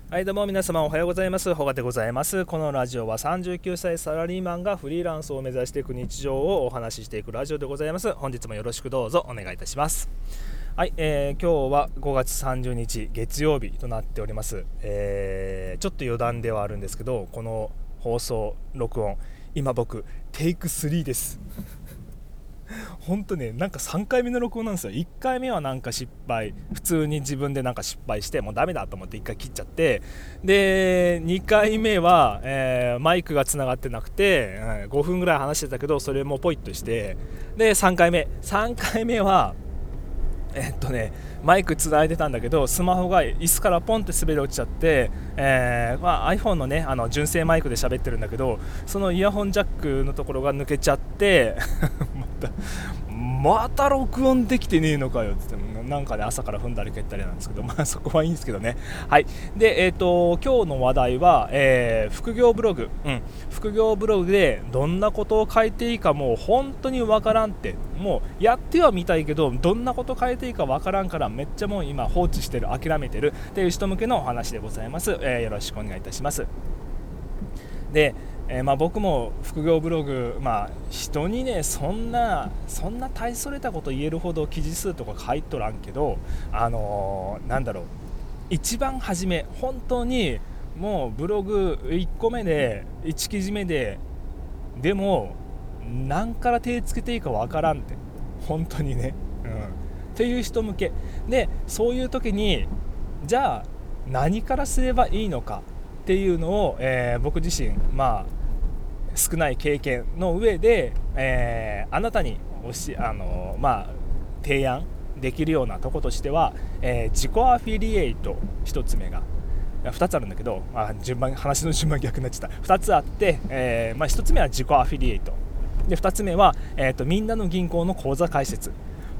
はい、どうも皆様おはようございます。ほがでございます。このラジオは39歳サラリーマンがフリーランスを目指していく日常をお話ししていくラジオでございます。本日もよろしくどうぞお願いいたします。はい、今日は5月30日月曜日となっております。ちょっと余談ではあるんですけど、この放送録音今僕テイク3です。本当ね、なんか3回目の録音なんですよ。1回目はなんか失敗、普通に自分でなんか失敗してもうダメだと思って1回切っちゃって、で2回目は、マイクがつながってなくて、5分ぐらい話してたけどそれもポイッとして、で3回目はマイクつないでたんだけどスマホが椅子からポンって滑り落ちちゃって、iPhone のね純正マイクで喋ってるんだけど、そのイヤホンジャックのところが抜けちゃってまた録音できてねえのかよって言ってなんかね朝から踏んだり蹴ったりなんですけど、そこはいいんですけどね。はい。で今日の話題は、副業ブログ、副業ブログでどんなことを書いていいかもう本当にわからんって、もうやってはみたいけどどんなこと書いていいかわからんからめっちゃもう今放置してる、諦めてるっていう人向けのお話でございます。よろしくお願いいたします。で、僕も副業ブログ、人にねそんな大それたこと言えるほど記事数とか書いとらんけど、なんだろう、一番初め本当にもうブログ1個目で1記事目でも何から手つけていいかわからんって本当にね、っていう人向けで、そういう時にじゃあ何からすればいいのかっていうのを、僕自身少ない経験の上で、あなたに提案できるようなとことしては、自己アフィリエイト1つ目が2つあるんだけど、話の順番逆になっちゃった2つあって、1つ目は自己アフィリエイトで、2つ目は、みんなの銀行の口座開設。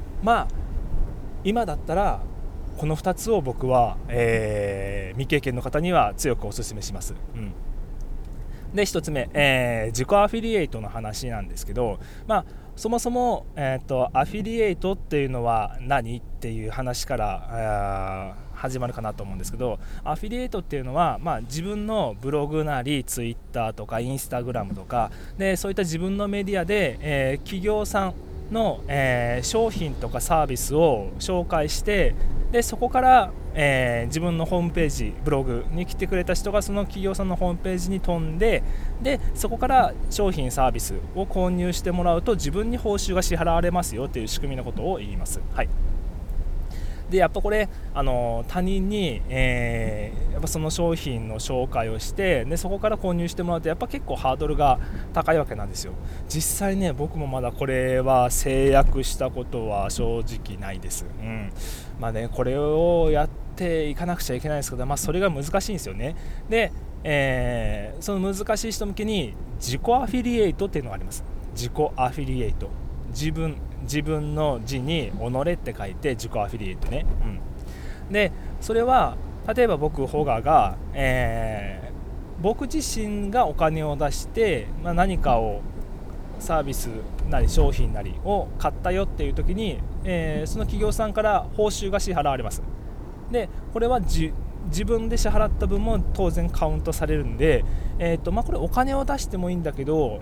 今だったらこの2つを僕は、未経験の方には強くお勧めします。で1つ目、自己アフィリエイトの話なんですけど、そもそも、アフィリエイトっていうのは何っていう話から始まるかなと思うんですけど、アフィリエイトっていうのは、自分のブログなりツイッターとかインスタグラムとかでそういった自分のメディアで、企業さんの、商品とかサービスを紹介して、でそこから、自分のホームページブログに来てくれた人がその企業さんのホームページに飛んで、そこから商品サービスを購入してもらうと自分に報酬が支払われますよという仕組みのことを言います。はい。でやっぱこれ他人に、やっぱその商品の紹介をして、でそこから購入してもらうとやっぱ結構ハードルが高いわけなんですよ。実際ね僕もまだこれは制約したことは正直ないです。これをやっていかなくちゃいけないですけど、それが難しいんですよね。で、その難しい人向けに自己アフィリエイトっていうのがあります。自己アフィリエイト、自分の字に己って書いて自己アフィリエイトね。でそれは例えば僕ホガが、僕自身がお金を出して、何かをサービスなり商品なりを買ったよっていう時に、その企業さんから報酬が支払われます。でこれは自分で支払った分も当然カウントされるんで、これお金を出してもいいんだけど、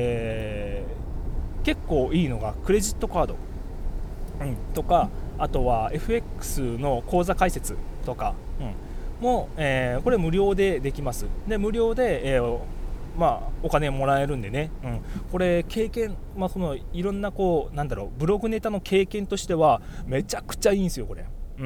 結構いいのがクレジットカード、とか、あとは FX の口座開設とか、もう、これ無料でできます。で無料で、お金もらえるんでね、これ経験、そのいろんなブログネタの経験としてはめちゃくちゃいいんですよこれ。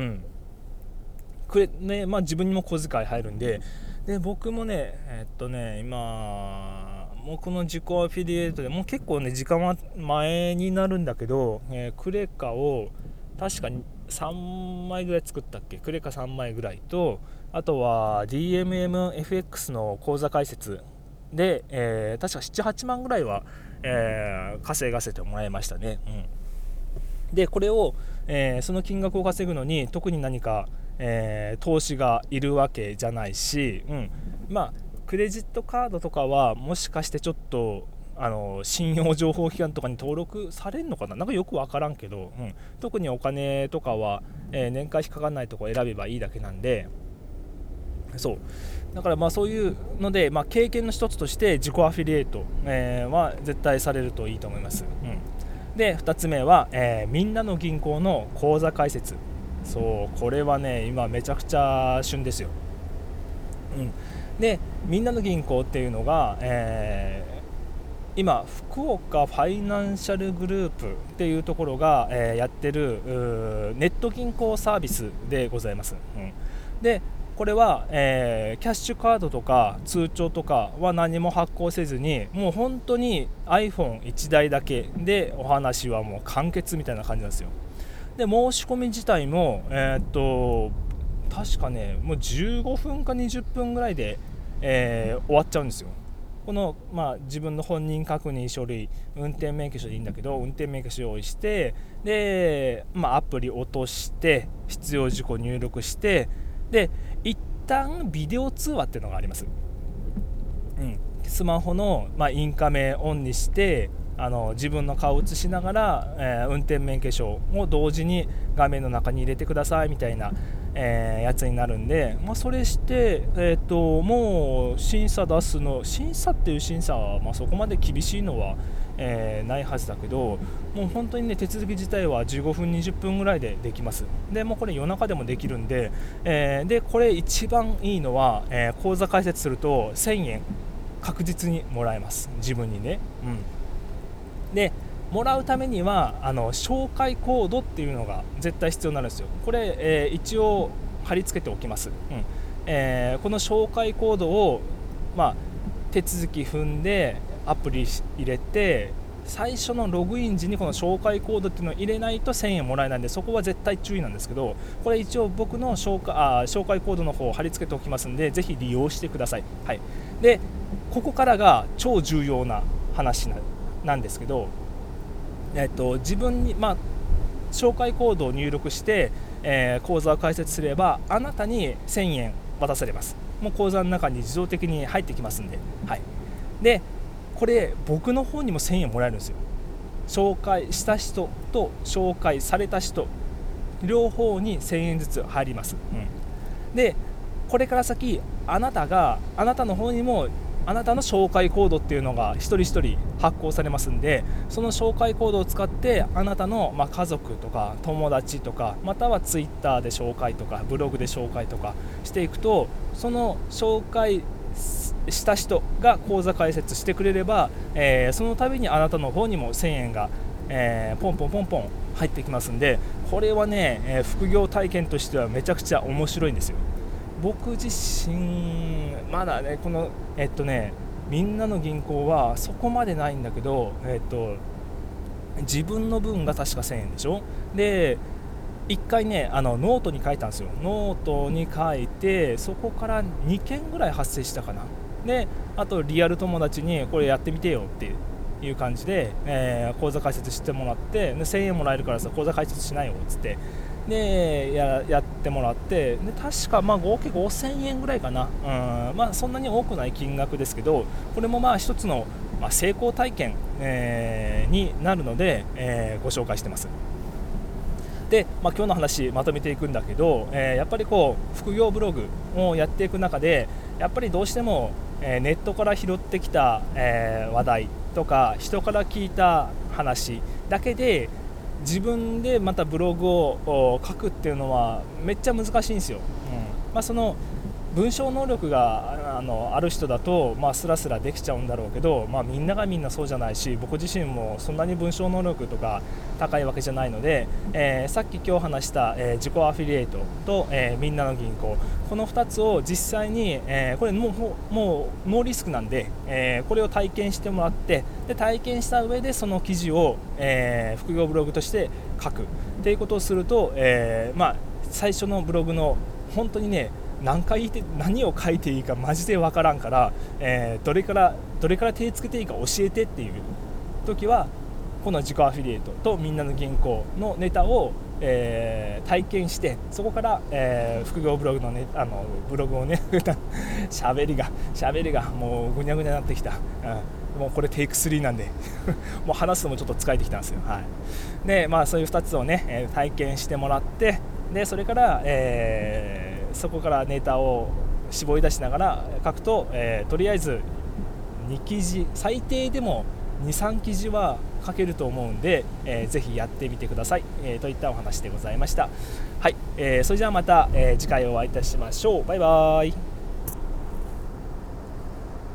自分にも小遣い入るんで、僕もね今もうこの自己アフィリエイトでもう結構ね時間は前になるんだけど、クレカを確かに3枚ぐらい作ったっけ、クレカ3枚ぐらいと、あとは DMMFX の口座開設で、確か7、8万ぐらいは、稼がせてもらいましたね。でこれを、その金額を稼ぐのに特に何か、投資がいるわけじゃないし、クレジットカードとかはもしかしてちょっと信用情報機関とかに登録されるのかな、なんかよく分からんけど、特にお金とかは、年会費かかんないとこ選べばいいだけなんで、 そうだからそういうので、経験の一つとして自己アフィリエイト、は絶対されるといいと思います。で2つ目は、みんなの銀行の口座開設。そうこれはね今めちゃくちゃ旬ですよ。でみんなの銀行っていうのが、今福岡ファイナンシャルグループっていうところが、やってるネット銀行サービスでございます。でこれは、キャッシュカードとか通帳とかは何も発行せずに、もう本当に iPhone1 台だけでお話はもう完結みたいな感じなんですよ。で申し込み自体も、確かねもう15分か20分ぐらいで、終わっちゃうんですよ。この、自分の本人確認書類、運転免許証でいいんだけど運転免許証用意して、で、アプリ落として必要事項入力して、で一旦ビデオ通話っていうのがあります。スマホの、インカメオンにして自分の顔を映しながら、運転免許証を同時に画面の中に入れてくださいみたいな、やつになるんで、それして、もう審査っていう審査は、そこまで厳しいのは、ないはずだけど、もう本当にね手続き自体は15分20分ぐらいでできます。でもうこれ夜中でもできるんで、でこれ一番いいのは、口座開設すると1000円確実にもらえます、自分にね。でもらうためには紹介コードっていうのが絶対必要になるんですよ。これ、一応貼り付けておきます。この紹介コードを、手続き踏んでアプリ入れて、最初のログイン時にこの紹介コードっていうのを入れないと1000円もらえないんで、そこは絶対注意なんですけど、これ一応僕の紹介コードの方を貼り付けておきますんで、ぜひ利用してください。でここからが超重要な話なんですけど、自分に、紹介コードを入力して、口座を開設すればあなたに1000円渡されます。もう口座の中に自動的に入ってきますんで。でこれ僕の方にも1000円もらえるんですよ。紹介した人と紹介された人両方に1000円ずつ入ります。でこれから先あなたの方にもあなたの紹介コードっていうのが一人一人発行されますんで、その紹介コードを使ってあなたの、家族とか友達とか、またはツイッターで紹介とかブログで紹介とかしていくと、その紹介した人が口座開設してくれれば、その度にあなたの方にも1000円が、ポンポン入ってきますんで、これはね、副業体験としてはめちゃくちゃ面白いんですよ。僕自身まだねこのみんなの銀行はそこまでないんだけど、自分の分が確か1000円でしょ。で1回ねノートに書いたんですよ。ノートに書いて、そこから2件ぐらい発生したかな。であとリアル友達にこれやってみてよっていう感じで、口座開設してもらって、で1000円もらえるからさ口座開設しないよっつってで やってもらって、で確か合計5000円ぐらいかな。そんなに多くない金額ですけど、これも一つの、成功体験、になるので、ご紹介してます。で、今日の話まとめていくんだけど、やっぱり副業ブログをやっていく中でやっぱりどうしても、ネットから拾ってきた、話題とか人から聞いた話だけで自分でまたブログを書くっていうのはめっちゃ難しいんですよ。その文章能力がある人だと、スラスラできちゃうんだろうけど、みんながみんなそうじゃないし、僕自身もそんなに文章能力とか高いわけじゃないので、さっき今日話した、自己アフィリエイトと、みんなの銀行、この2つを実際に、これもうノーリスクなんで、これを体験してもらって、で体験した上でその記事を、副業ブログとして書くっていうことをすると、最初のブログの本当にね何を書いていいかマジで分からんから、どれから手つけていいか教えてっていう時はこの自己アフィリエイトとみんなの銀行のネタを、体験して、そこから、副業ブログの、ブログをね喋りがもうぐにゃぐにゃになってきた、もうこれテイク3なんでもう話すのもちょっと疲れてきたんですよ。でそういう2つをね、体験してもらって、でそれから、そこからネタを、 絞り出しながら書くと、とりあえず2記事最低でも 2,3 記事は書けると思うんで、ぜひやってみてください、といったお話でございました。はい、それじゃあまた、次回お会いいたしましょう。バイバーイ。